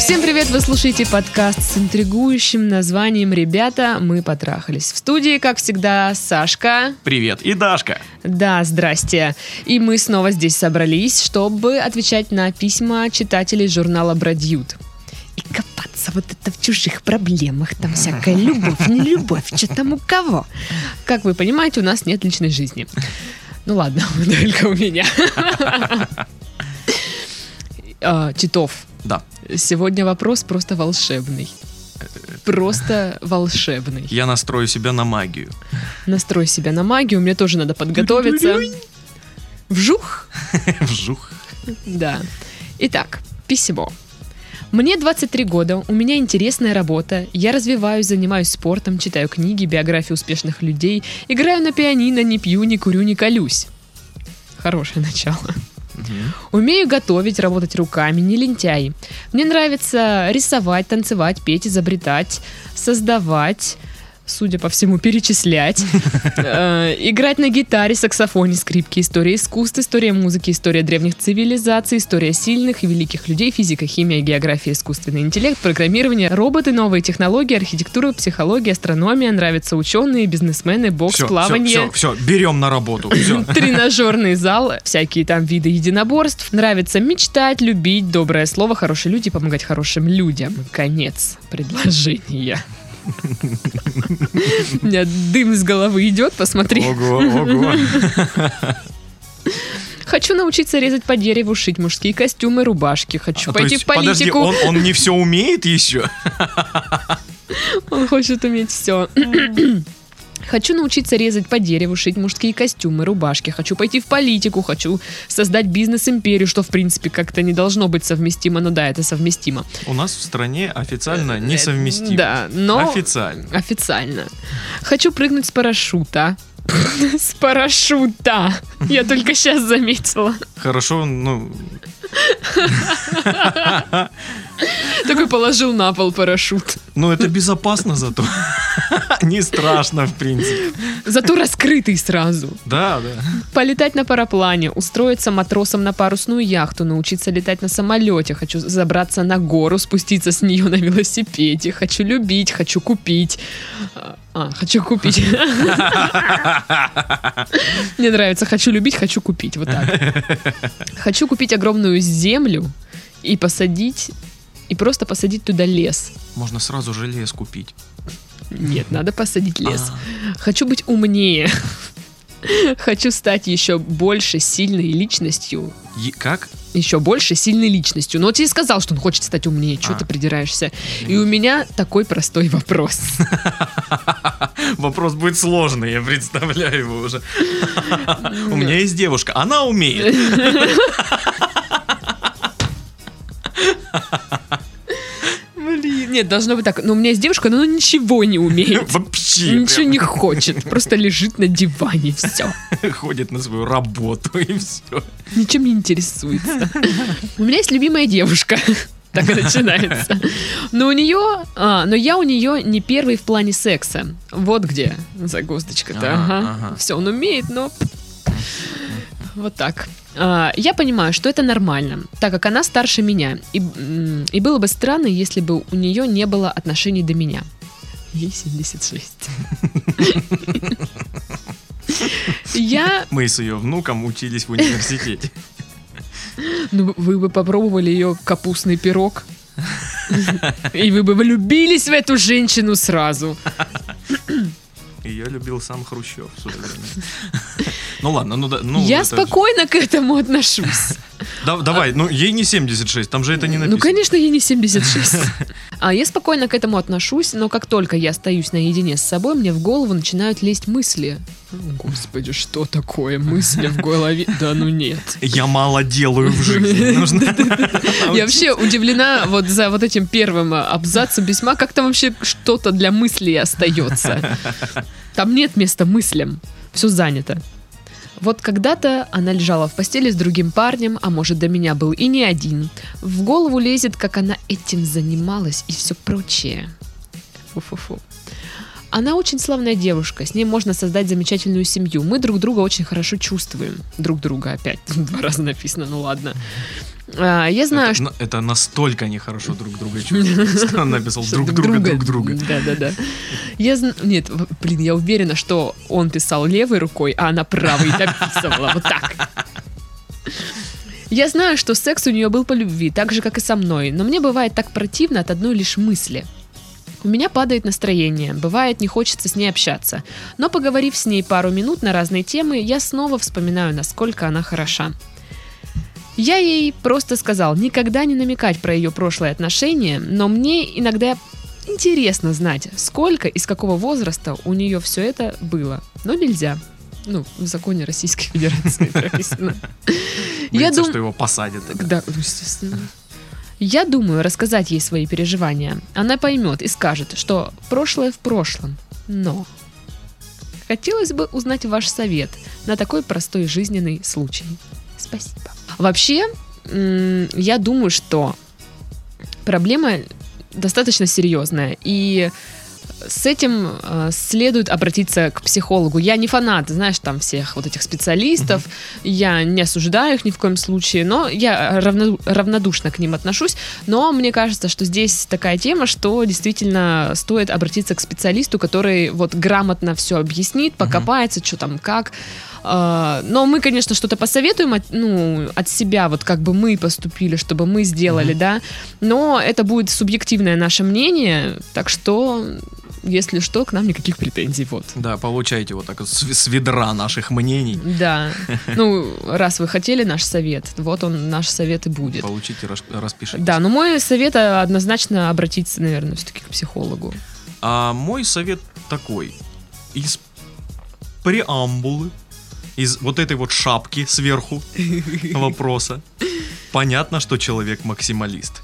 Всем привет! Вы слушаете подкаст с интригующим названием «Ребята, мы потрахались». В студии, как всегда, Сашка. Привет, и Дашка. Да, здрасте. И мы снова здесь собрались, чтобы отвечать на письма читателей журнала «Бродьют». И копаться вот это в чужих проблемах, там всякая любовь, не любовь, что там у кого. Как вы понимаете, у нас нет личной жизни. Ну ладно, только у меня. Титов. Да. Сегодня вопрос просто волшебный. Просто волшебный. Я настрою себя на магию. Настрой себя на магию, мне тоже надо подготовиться. Вжух. Вжух. Да. Итак, письмо. Мне 23 года, у меня интересная работа, я развиваюсь, занимаюсь спортом, читаю книги, биографии успешных людей, играю на пианино, не пью, не курю, не колюсь. Хорошее начало. Умею готовить, работать руками, не лентяй. Мне нравится рисовать, танцевать, петь, изобретать, создавать, судя по всему, перечислять, играть на гитаре, саксофоне, скрипке, история искусств, история музыки, история древних цивилизаций, история сильных и великих людей, физика, химия, география, искусственный интеллект, программирование, роботы, новые технологии, архитектура, психология, астрономия, нравятся ученые, бизнесмены, бокс, плавание. Все, берем на работу. Тренажерный зал, всякие там виды единоборств. Нравится мечтать, любить, доброе слово, хорошие люди, помогать хорошим людям. Конец предложения. У меня дым из головы идет, посмотри. Ого. Хочу научиться резать по дереву, шить мужские костюмы, рубашки. Хочу пойти в политику. Подожди, он не все умеет еще? Он хочет уметь все. Хочу научиться резать по дереву, шить мужские костюмы, рубашки. Хочу пойти в политику, хочу создать бизнес-империю, что, в принципе, как-то не должно быть совместимо. Но да, это совместимо. У нас в стране официально несовместимо. Да, но... Официально. Хочу прыгнуть с парашюта. С парашюта. Я только сейчас заметила. Хорошо, Такой положил на пол парашют. Ну, это безопасно зато. Не страшно, в принципе. Зато раскрытый сразу. Да. Полетать на параплане, устроиться матросом на парусную яхту, научиться летать на самолете. Хочу забраться на гору, спуститься с нее на велосипеде. Хочу любить, хочу купить. Хочу купить. Мне нравится «хочу любить, хочу купить». Вот так. Хочу купить огромную землю и посадить, и просто посадить туда лес. Можно сразу же лес купить. Нет, надо посадить лес. Хочу быть умнее. Хочу стать еще больше сильной личностью. Как? Еще больше сильной личностью. Но он тебе сказал, что он хочет стать умнее. Чего ты придираешься? И у меня такой простой вопрос. Вопрос будет сложный, я представляю его уже. У меня есть девушка, она умеет. Нет, должно быть так. Но у меня есть девушка, но она ничего не умеет. Вообще. Ничего не хочет. Просто лежит на диване, все. Ходит на свою работу и все. Ничем не интересуется. У меня есть любимая девушка. Так и начинается. Но я у нее не первый в плане секса. Вот где загвоздочка-то. Все, он умеет, но... Вот так. Я понимаю, что это нормально, так как она старше меня. И было бы странно, если бы у нее не было отношений до меня. Ей 76. Мы с ее внуком учились в университете. Ну, вы бы попробовали ее капустный пирог. И вы бы влюбились в эту женщину сразу. Ее любил сам Хрущев в свое время. Ну ладно, я спокойно к этому отношусь. Давай, ей не 76, там же это не написано. Ну, конечно, ей не 76. Я спокойно к этому отношусь, но как только я остаюсь наедине с собой, мне в голову начинают лезть мысли. Господи, что такое мысли в голове? Да ну нет. Я мало делаю в жизни. Я вообще удивлена вот за вот этим первым абзацем письма, как там вообще что-то для мыслей остается. Там нет места мыслям, все занято. Вот когда-то она лежала в постели с другим парнем, а может до меня был и не один. В голову лезет, как она этим занималась и все прочее. Фу-фу-фу. Она очень славная девушка, с ней можно создать замечательную семью. Мы друг друга очень хорошо чувствуем. Друг друга опять. 2 раза написано, ну ладно. Я знаю, что... Это настолько нехохорошо друг друга чувствуют, что он написал друг друга. Да. Нет, блин, я уверена, что он писал левой рукой, а она правой дописывала. Вот так. Я знаю, что секс у нее был по любви, так же, как и со мной, но мне бывает так противно от одной лишь мысли. У меня падает настроение, бывает, не хочется с ней общаться. Но поговорив с ней пару минут на разные темы, я снова вспоминаю, насколько она хороша. Я ей просто сказал никогда не намекать про ее прошлые отношения, но мне иногда интересно знать, сколько и с какого возраста у нее все это было. Но нельзя. В законе Российской Федерации прописано. Я думаю, что его посадят. Да, естественно. Я думаю рассказать ей свои переживания. Она поймет и скажет, что прошлое в прошлом. Но хотелось бы узнать ваш совет на такой простой жизненный случай. Спасибо. Вообще, я думаю, что проблема достаточно серьезная. И с этим следует обратиться к психологу. Я не фанат, знаешь, там всех вот этих специалистов, я не осуждаю их ни в коем случае, но я равнодушно к ним отношусь. Но мне кажется, что здесь такая тема, что действительно стоит обратиться к специалисту, который вот грамотно все объяснит, покопается, что там, как. Но мы, конечно, что-то посоветуем от себя, вот как бы мы поступили, чтобы мы сделали, да, но это будет субъективное наше мнение, так что, если что, к нам никаких претензий, вот. Да, получайте вот так вот с ведра наших мнений. Да, раз вы хотели наш совет, вот он, наш совет и будет. Получите, распишитесь. Да, но мой совет однозначно обратиться, наверное, все-таки к психологу. А мой совет такой, из преамбулы, из вот этой вот шапки сверху вопроса, понятно, что человек максималист.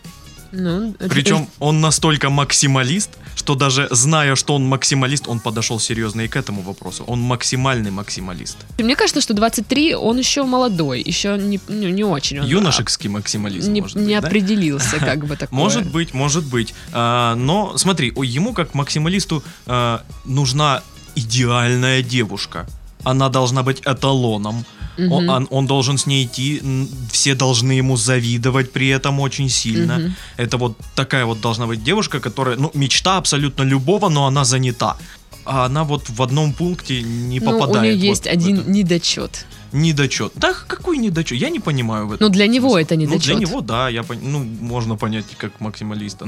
Причем он настолько максималист, что даже зная, что он максималист, он подошел серьезно и к этому вопросу. Он максимальный максималист. Мне кажется, что 23 он еще молодой, еще не очень. Юношеский максимализм, может быть, не определился, как бы такое. Может быть. Но смотри, ему как максималисту нужна идеальная девушка. Она должна быть эталоном. Он должен с ней идти, все должны ему завидовать при этом очень сильно. Это вот такая вот должна быть девушка, которая, мечта абсолютно любого, но она занята. А она вот в одном пункте не попадает. У нее есть один недочет. Недочет. Да, какой недочет? Я не понимаю в этом. Для него это недочет. Для него, да, можно понять как максималиста.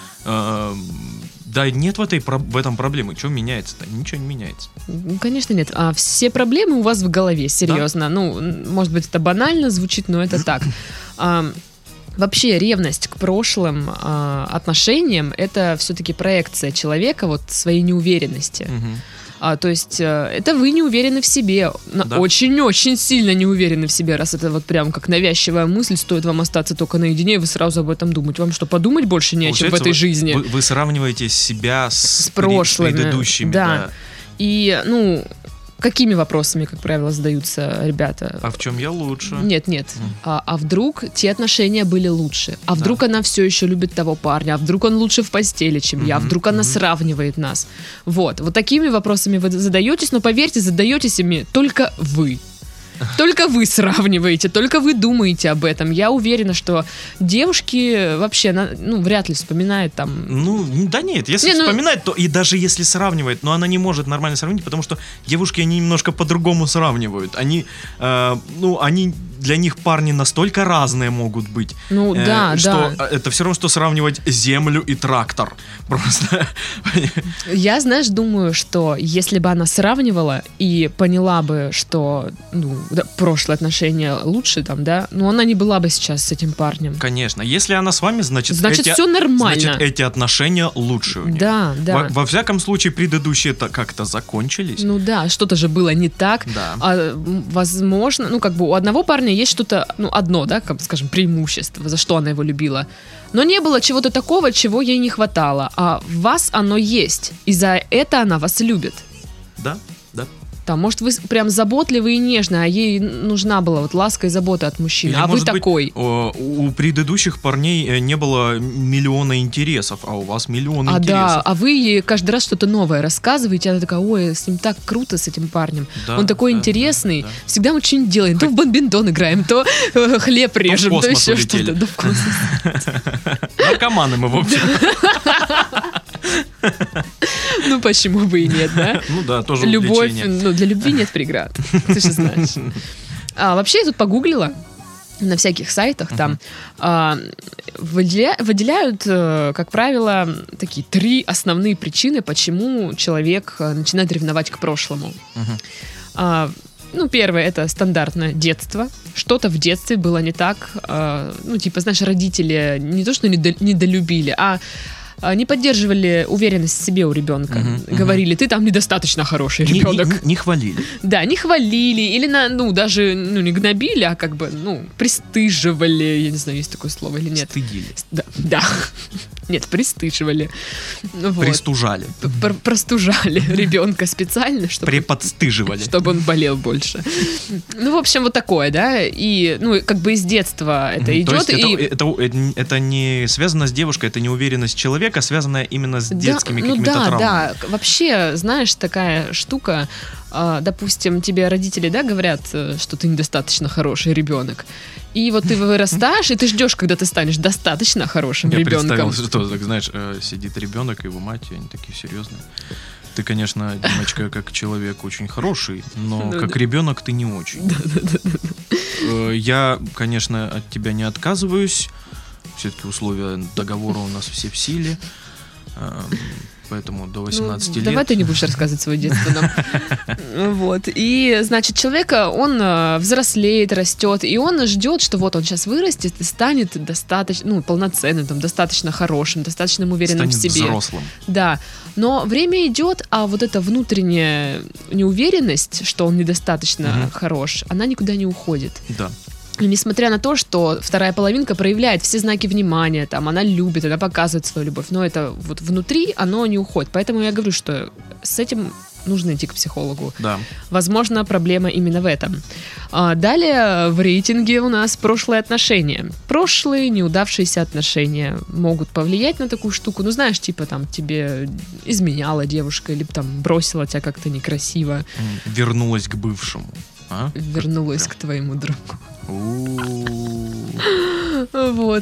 Да, нет в этом проблемы. Что меняется-то? Ничего не меняется. Конечно, нет. Все проблемы у вас в голове, серьезно. Да? Может быть, это банально звучит, но это так. Вообще, ревность к прошлым отношениям — это все-таки проекция человека вот своей неуверенности. То есть это вы не уверены в себе, да. Очень-очень сильно не уверены в себе, раз это вот прям как навязчивая мысль, стоит вам остаться только наедине, и вы сразу об этом думаете. Вам что, подумать больше не о чем в этой жизни? Вы сравниваете себя с прошлыми, предыдущими. Да. И, какими вопросами, как правило, задаются ребята? А в чем я лучше? Нет. А вдруг те отношения были лучше? А вдруг она все еще любит того парня? А вдруг он лучше в постели, чем я? А вдруг она сравнивает нас? Вот такими вопросами вы задаетесь, но поверьте, задаетесь ими только вы. Только вы сравниваете, только вы думаете об этом. Я уверена, что девушки вообще, вряд ли вспоминают там... да нет, если вспоминает, то и даже если сравнивает, но она не может нормально сравнить, потому что девушки, они немножко по-другому сравнивают. Они для них парни настолько разные могут быть, что это все равно, что сравнивать землю и трактор. Просто. Я, думаю, что если бы она сравнивала и поняла бы, что прошлые отношения лучше там, да, она не была бы сейчас с этим парнем. Конечно. Если она с вами, значит все нормально. Значит, эти отношения лучше у них. Да. Во всяком случае, предыдущие-то как-то закончились. Что-то же было не так. Да. Возможно, у одного парня есть что-то, одно, да, скажем, преимущество, за что она его любила. Но не было чего-то такого, чего ей не хватало. А в вас оно есть. И за это она вас любит. Да. Там, может, вы прям заботливый и нежный, а ей нужна была вот ласка и забота от мужчины. Или, а вы может быть, такой. у предыдущих парней не было миллиона интересов, а у вас миллион интересов. Да, а вы ей каждый раз что-то новое рассказываете, она такая, ой, с ним так круто, с этим парнем. Да, он такой интересный, всегда мы что-нибудь делаем. То в бадминтон играем, то хлеб режем, то еще что-то. Да, в космос. Наркоманы мы, в общем. Ну, почему бы и нет, да? Ну да, тоже любовь, увлечение. ну, для любви нет преград, ты же знаешь. Вообще, я тут погуглила на всяких сайтах, там выделяют, как правило, такие 3 основные причины, почему человек начинает ревновать к прошлому. Ну, первое, это стандартное детство. Что-то в детстве было не так. Ну, типа, знаешь, родители не то, что недолюбили, а не поддерживали уверенность в себе у ребенка. Говорили, ты там недостаточно хороший ребенок. Не хвалили. Да, не хвалили. Или, даже не гнобили, а как бы, пристыживали. Я не знаю, есть такое слово или нет. Стыдили. Да. Нет, пристыживали. Вот. Пристужали. Простужали ребенка специально, чтобы... Преподстыживали. Чтобы он болел больше. Ну, в общем, вот такое, да. И, как бы из детства это идет. То есть это не связано с девушкой, это неуверенность человека, связанная именно с детскими какими-то травмами. Да. Вообще, знаешь, такая штука, допустим, тебе родители, да, говорят, что ты недостаточно хороший ребенок. И вот ты вырастаешь, и ты ждешь, когда ты станешь достаточно хорошим ребенком. Я представил, что, так, знаешь, сидит ребенок, его мать, и они такие серьезные. Ты, конечно, Димочка, как человек очень хороший, но как ребенок ты не очень. Я, конечно, от тебя не отказываюсь. Все-таки условия договора у нас все в силе. Поэтому до 18 лет. Давай ты не будешь рассказывать свое детство нам. Вот. И, значит, человек, он взрослеет, растет, и он ждет, что вот он сейчас вырастет и станет достаточно, полноценным, достаточно хорошим, достаточно уверенным в себе. Станет взрослым. Да. Но время идет, а вот эта внутренняя неуверенность, что он недостаточно хорош, она никуда не уходит. Да. И несмотря на то, что вторая половинка проявляет все знаки внимания, там, она любит, она показывает свою любовь, но это вот внутри, оно не уходит. Поэтому я говорю, что с этим нужно идти к психологу. Да. Возможно, проблема именно в этом. Далее в рейтинге у нас прошлые отношения. Прошлые неудавшиеся отношения могут повлиять на такую штуку. Ну, знаешь, типа там тебе изменяла девушка или там бросила тебя как-то некрасиво. Вернулась к бывшему. Вернулась к твоему другу. Вот,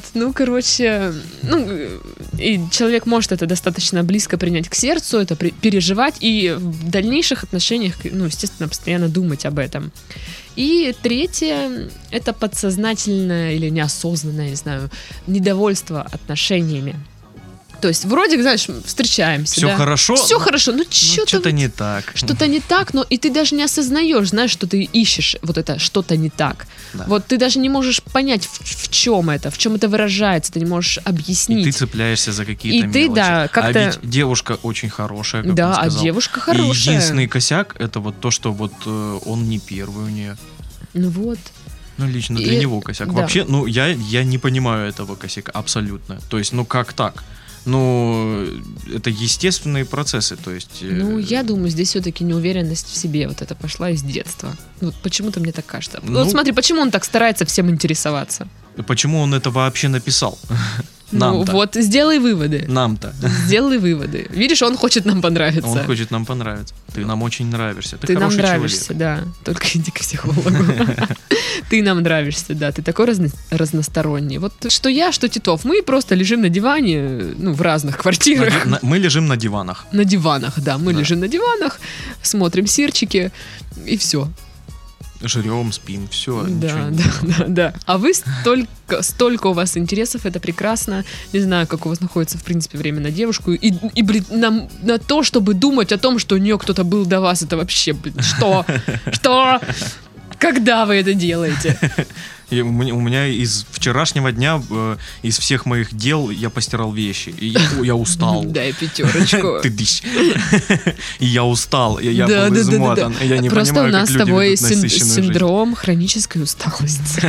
и человек может это достаточно близко принять к сердцу, это переживать и в дальнейших отношениях, естественно, постоянно думать об этом. И третье, это подсознательное или неосознанное, не знаю, недовольство отношениями. То есть, вроде, знаешь, встречаемся, все хорошо. Все хорошо, но что-то не так. Что-то не так, но и ты даже не осознаешь, знаешь, что ты ищешь вот это что-то не так. Да. Вот ты даже не можешь понять, в чем это выражается, ты не можешь объяснить. И ты цепляешься за какие-то мелочи. И ты, да, как-то... А ведь девушка очень хорошая, как да, он сказал. а девушка хорошая. И единственный косяк, это вот то, что вот он не первый у нее. Ну вот. Лично для него косяк. Да. Вообще, я не понимаю этого косяка абсолютно. То есть, как так? Это естественные процессы, то есть... я думаю, здесь все-таки неуверенность в себе вот это пошла из детства. Вот почему-то мне так кажется. Вот смотри, почему он так старается всем интересоваться? Почему он это вообще написал? Нам-то. Вот, сделай выводы. Нам-то. Сделай выводы. Видишь, он хочет нам понравиться. Он хочет нам понравиться. Ты нам очень нравишься. Ты нам хороший нравишься, человек. да. Только иди к психологу. Ты нам нравишься, да. Ты такой разносторонний. Вот что я, что Титов. Мы просто лежим на диване, в разных квартирах. Мы лежим на диванах. На диванах, да. Мы лежим на диванах, смотрим серчики, и все. Жрем, спим, все. Да. А вы столько у вас интересов, это прекрасно. Не знаю, как у вас находится, в принципе, время на девушку. И на то, чтобы думать о том, что у нее кто-то был до вас, это вообще, что? Что? Когда вы это делаете? У меня из вчерашнего дня, из всех моих дел, я постирал вещи. И я устал. Дай 5. Ты дыщ. И я устал. Я был измотан. Я не просто понимаю, у нас как с тобой люди ведут насыщенную синдром хронической усталости.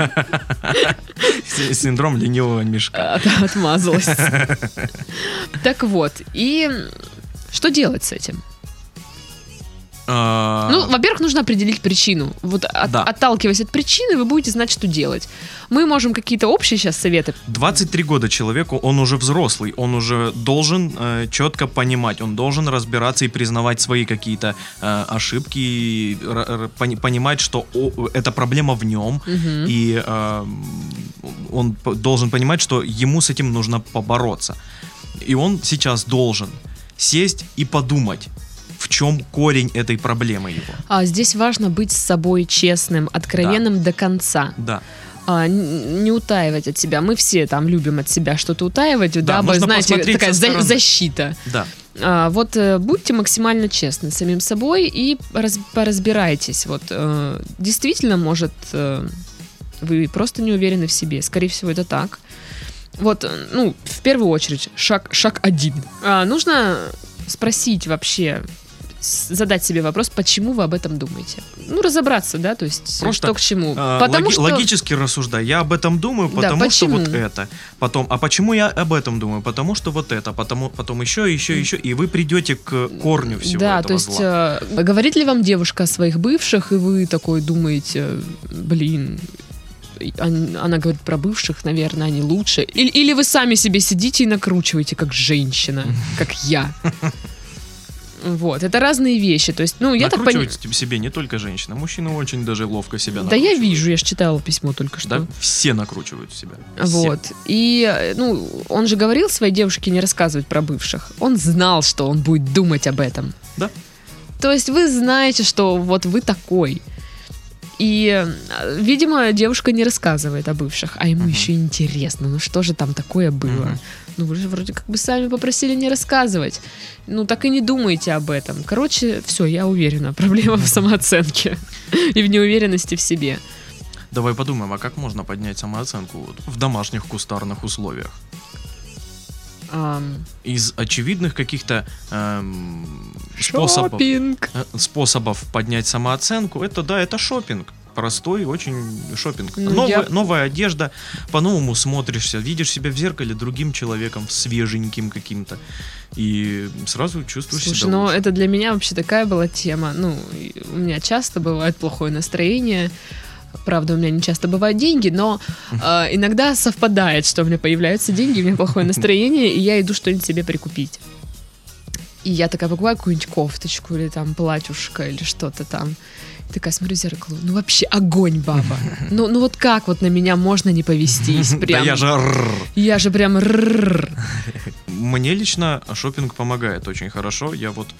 Синдром ленивого мешка. Отмазалась. Так вот, и что делать с этим? Ну, во-первых, нужно определить причину. Вот Да. отталкиваясь от причины, вы будете знать, что делать. Мы можем какие-то общие сейчас советы. 23 года человеку, он уже взрослый, он уже должен четко понимать, он должен разбираться и признавать свои какие-то ошибки, понимать, что эта проблема в нем, и он должен понимать, что ему с этим нужно побороться. И он сейчас должен сесть и подумать, в чем корень этой проблемы его. А здесь важно быть с собой честным, откровенным до конца. Да. Не утаивать от себя. Мы все там любим от себя что-то утаивать, Да, дабы, нужно знаете, посмотреть такая со стороны. защита. Да. Вот будьте максимально честны с самим собой и поразбирайтесь. Вот действительно, может, вы просто не уверены в себе. Скорее всего, это так. Вот, ну, в первую очередь, шаг 1. Нужно спросить вообще, задать себе вопрос, почему вы об этом думаете. Ну, разобраться, да, то есть Просто, что к чему. Потому что... Логически рассуждай. Я об этом думаю, потому Да, что почему? вот это. Потом, а почему я об этом думаю? Потому что вот это. Потом еще, и вы придете к корню всего да, этого то есть зла. говорит ли вам девушка о своих бывших, и вы такой думаете, блин, она говорит про бывших, наверное, они лучше. Или вы сами себе сидите и накручиваете, как женщина, как я. Вот, это разные вещи. То есть, ну, я так понимаю. Накручивать себе не только женщина, мужчины очень даже ловко себя Да накручивают. я вижу, я же читала письмо только что. Да, все накручивают себя. Все. Вот. И, ну, он же говорил своей девушке не рассказывать про бывших. Он знал, что он будет думать об этом. Да. То есть вы знаете, что вот вы такой. И, видимо, девушка не рассказывает о бывших, а ему еще интересно, ну что же там такое было? Ну вы же вроде как бы сами попросили не рассказывать. Ну так и не думайте об этом. Короче, все, я уверена, проблема в самооценке и в неуверенности в себе. Давай подумаем, а как можно поднять самооценку вот в домашних кустарных условиях? Из очевидных каких-то способов поднять самооценку, это шопинг. Простой очень шопинг. Новая одежда, по-новому смотришься, видишь себя в зеркале другим человеком, свеженьким каким-то. И сразу чувствуешь себя Слушай, ну лучше. это для меня вообще такая была тема. Ну, у меня часто бывает плохое настроение. Правда, у меня не часто бывают деньги, но иногда совпадает, что у меня появляются деньги, у меня плохое настроение, и я иду что-нибудь себе прикупить. И я такая покупаю какую-нибудь кофточку или там платьюшко или что-то там. И такая смотрю в зеркало, ну вообще огонь, баба. Ну вот как вот на меня можно не повестись? Прям, Да я же прям рррр. Мне лично шопинг помогает очень хорошо. Я вот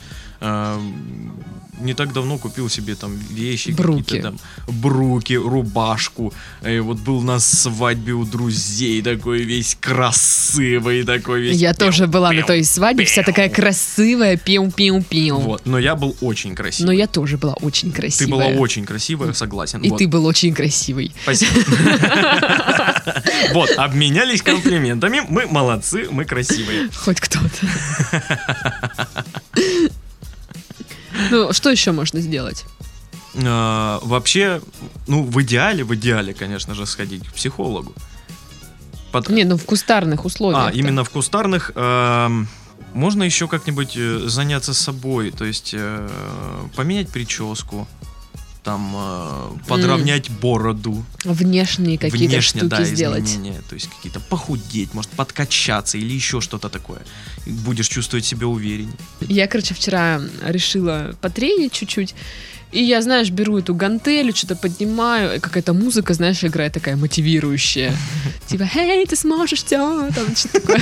не так давно купил себе там вещи, Бруки. какие-то там бруки, рубашку. И вот был на свадьбе у друзей, такой весь красивый, такой весь. Я тоже была на той свадьбе, вся такая красивая, пиу-пиу-пиу. Вот, но я был очень красивый. Но я тоже была очень красивая. Ты была очень красивая, согласен. И вот. ты был очень красивый. Спасибо. Вот, обменялись комплиментами. Мы молодцы, мы красивые. Хоть кто-то. Ну, что еще можно сделать? Вообще, ну, в идеале, конечно же, сходить к психологу. Не, ну в кустарных условиях. Именно в кустарных. Можно еще как-нибудь заняться собой, то есть поменять прическу, там подровнять бороду. Внешние какие-то штуки сделать. Изменения, то есть какие-то похудеть, может подкачаться или еще что-то такое. И будешь чувствовать себя увереннее. Я, короче, вчера решила потренить чуть-чуть. И я, знаешь, беру эту гантель, что-то поднимаю, и какая-то музыка, знаешь, играет такая мотивирующая. Типа, «Эй, ты сможешь все!» Там что-то такое.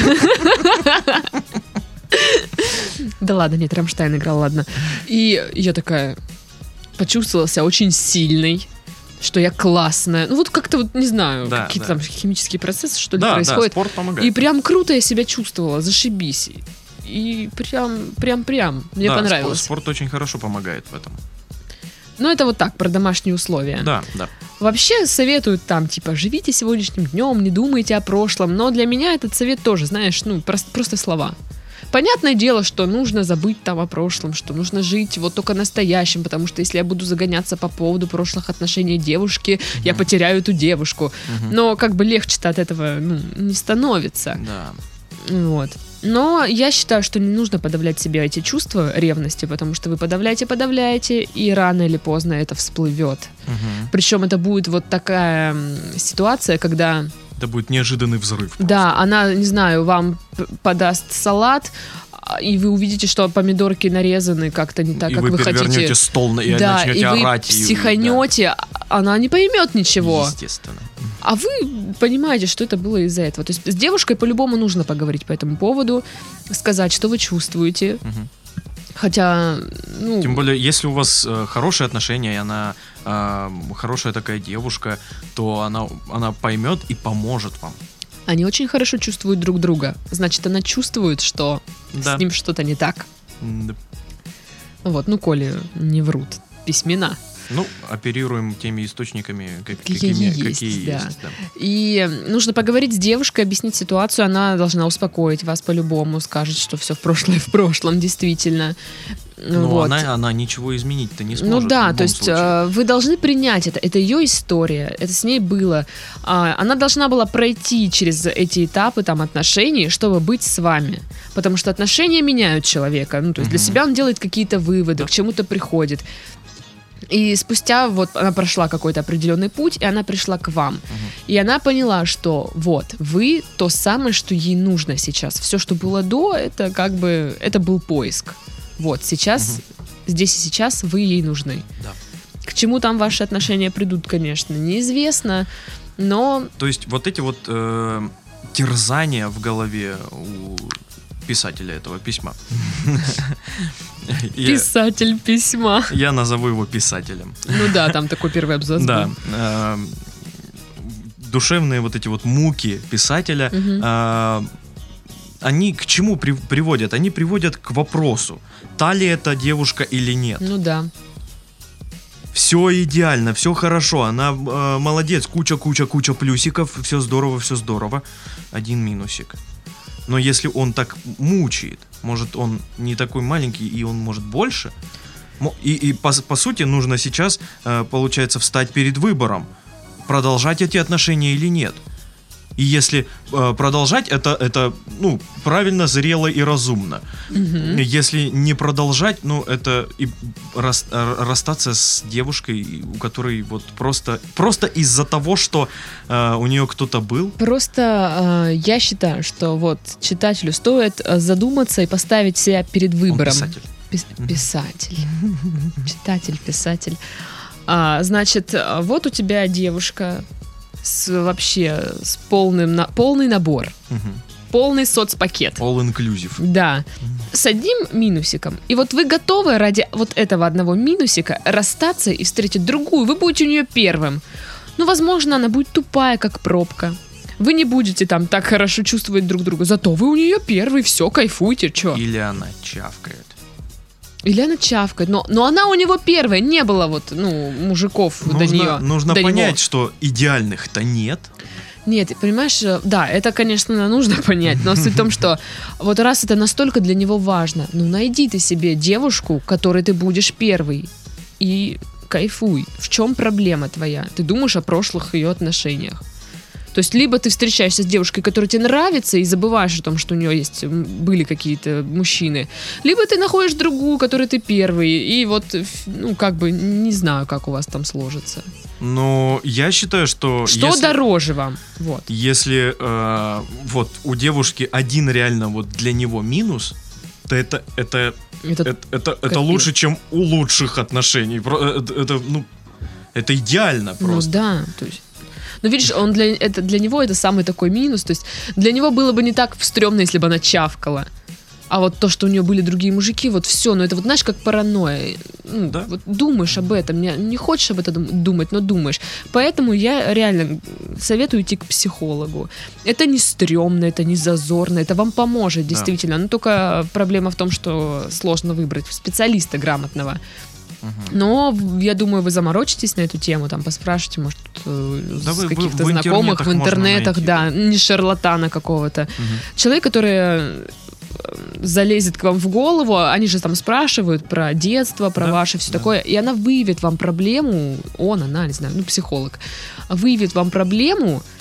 Да ладно, нет, Рамштайн играл, ладно. И я такая почувствовала себя очень сильной, что я классная. Ну вот как-то вот, не знаю, какие-то там химические процессы, что ли, происходят. Да, спорт помогает. И прям круто я себя чувствовала, зашибись. И прям мне понравилось. Спорт очень хорошо помогает в этом. Ну, это вот так, про домашние условия. Да. Вообще советуют там, типа, живите сегодняшним днем, не думайте о прошлом. Но для меня этот совет тоже, знаешь, ну, просто слова. Понятное дело, что нужно забыть там о прошлом, что нужно жить вот только настоящим, потому что если я буду загоняться по поводу прошлых отношений девушки, я потеряю эту девушку. Но как бы легче-то от этого, ну, не становится. Да. Вот. Но я считаю, что не нужно подавлять себе эти чувства ревности, потому что вы подавляете, и рано или поздно это всплывет. Причем это будет вот такая ситуация, когда... Это будет неожиданный взрыв. Просто. Да, она, не знаю, вам подаст салат, и вы увидите, что помидорки нарезаны как-то не так, и как вы хотите. И вы перевернете стол, и да, начнете и вы орать. психанете, она не поймет ничего. Естественно. А вы понимаете, что это было из-за этого. То есть с девушкой по-любому нужно поговорить по этому поводу, сказать, что вы чувствуете. Хотя, ну... Тем более, если у вас хорошие отношения, и она хорошая такая девушка, то она поймет и поможет вам. Они очень хорошо чувствуют друг друга. Значит, она чувствует, что с ним что-то не так. Да. Вот, ну, коли не врут письмена. Ну, оперируем теми источниками, какие есть. Да. И нужно поговорить с девушкой, объяснить ситуацию. Она должна успокоить вас по-любому, скажет, что все в прошлом, действительно. Но вот. она ничего изменить-то не сможет. Ну да, то есть вы должны принять это. Это ее история, это с ней было. Она должна была пройти через эти этапы там, отношений, чтобы быть с вами. Потому что отношения меняют человека. Ну, то есть для себя он делает какие-то выводы, к чему-то приходит. И спустя вот она прошла какой-то определенный путь, и она пришла к вам. И она поняла, что вот, вы то самое, что ей нужно сейчас. Все, что было до, это как бы, это был поиск. Вот, сейчас, здесь и сейчас вы ей нужны. Да. К чему там ваши отношения придут, конечно, неизвестно, но... То есть вот эти вот терзания в голове у писателя этого письма. Писатель письма. Я назову его писателем. Ну да, там такой первый абзац. Да. Душевные вот эти вот муки писателя, они к чему приводят? Они приводят к вопросу, та ли это девушка или нет. Ну да. Все идеально, все хорошо, она молодец, куча плюсиков, все здорово. Один минусик. Но если он так мучает, может, он не такой маленький, и он может больше. И по сути, нужно сейчас, получается, встать перед выбором, продолжать эти отношения или нет. И если продолжать, это ну, правильно, зрело и разумно. Если не продолжать, ну, это и расстаться с девушкой, у которой вот просто из-за того, что у нее кто-то был. Просто я считаю, что вот читателю стоит задуматься и поставить себя перед выбором. Он писатель. Писатель. Читатель, писатель. Значит, вот у тебя девушка вообще с полный набор. Полный соцпакет. All inclusive. Да. С одним минусиком. И вот вы готовы ради вот этого одного минусика расстаться и встретить другую. Вы будете у нее первым. Ну, возможно, она будет тупая, как пробка. Вы не будете там так хорошо чувствовать друг друга. Зато вы у нее первый, все, кайфуйте, чё. Или она чавкает. Или она чавкает, но она у него первая, не было вот, ну, мужиков до нее. Нужно понять, что идеальных-то нет. Нет, понимаешь, да, это, конечно, нужно понять, но суть в том, что вот раз это настолько для него важно, ну, найди ты себе девушку, которой ты будешь первый, и кайфуй. В чем проблема твоя? Ты думаешь о прошлых ее отношениях. То есть либо ты встречаешься с девушкой, которая тебе нравится, и забываешь о том, что у нее были какие-то мужчины, либо ты находишь другую, которой ты первый, и вот, ну, как бы, не знаю, как у вас там сложится. Но я считаю, что... Что дороже вам? Вот. Если вот у девушки один реально вот для него минус, то это лучше, чем у лучших отношений. Это идеально просто. Ну да, то есть... Но видишь, для него это самый такой минус. То есть для него было бы не так стрёмно, если бы она чавкала. А вот то, что у нее были другие мужики, вот все, ну это вот знаешь, как паранойя. Ну, да? Вот думаешь об этом, не хочешь об этом думать, но думаешь. Поэтому я реально советую идти к психологу. Это не стрёмно, это не зазорно, это вам поможет, действительно. Да. Но только проблема в том, что сложно выбрать специалиста грамотного. Но я думаю, вы заморочитесь на эту тему, там поспрашивайте, может, с каких-то знакомых в интернетах, да, не шарлатана какого-то. Человек, который залезет к вам в голову, они же там спрашивают про детство, про ваше все такое, и она выявит вам проблему, она, не знаю, ну, психолог, выявит вам проблему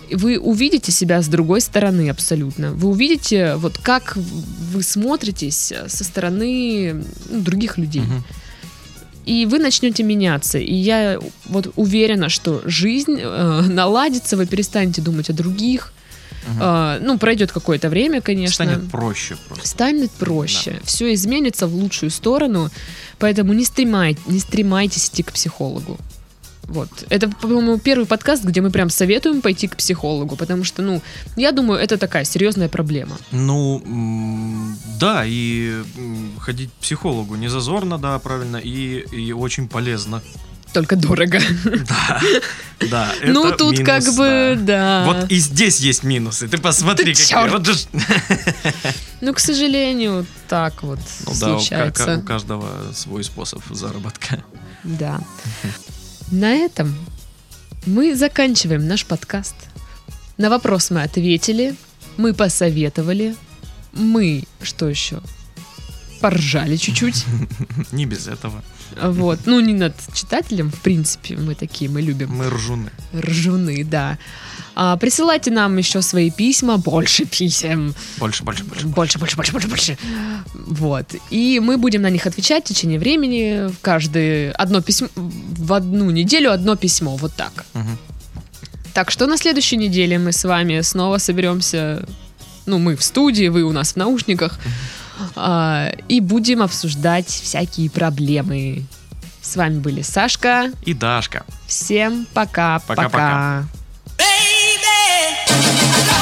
вы увидите себя с другой стороны абсолютно. Вы увидите, вот как вы смотритесь со стороны других людей. И вы начнете меняться. И я вот уверена, что жизнь наладится, вы перестанете думать о других. Пройдет какое-то время, конечно. Станет проще просто. Станет проще. Да. Все изменится в лучшую сторону. Поэтому не стремайтесь идти к психологу. Вот. Это, по-моему, первый подкаст, где мы прям советуем пойти к психологу, потому что, я думаю, это такая серьезная проблема. Да, и ходить к психологу не зазорно, да, правильно, и очень полезно. Только дорого. Да. Тут минус, как бы, да. Вот и здесь есть минусы. Ты посмотри, какие. Вот же... к сожалению, так вот случается. Да, у каждого свой способ заработка. Да. На этом мы заканчиваем наш подкаст. На вопрос мы ответили, мы посоветовали, мы, что еще, поржали чуть-чуть. Не без этого. Вот, не над читателем, в принципе, мы такие, мы любим. Мы ржуны. Ржуны, да. Присылайте нам еще свои письма, больше писем. Больше. Вот. И мы будем на них отвечать в течение времени. Одно письмо, в одну неделю одно письмо, вот так. Так что на следующей неделе мы с вами снова соберемся, мы в студии, вы у нас в наушниках, и будем обсуждать всякие проблемы. С вами были Сашка и Дашка. Всем пока. Пока-пока. Baby,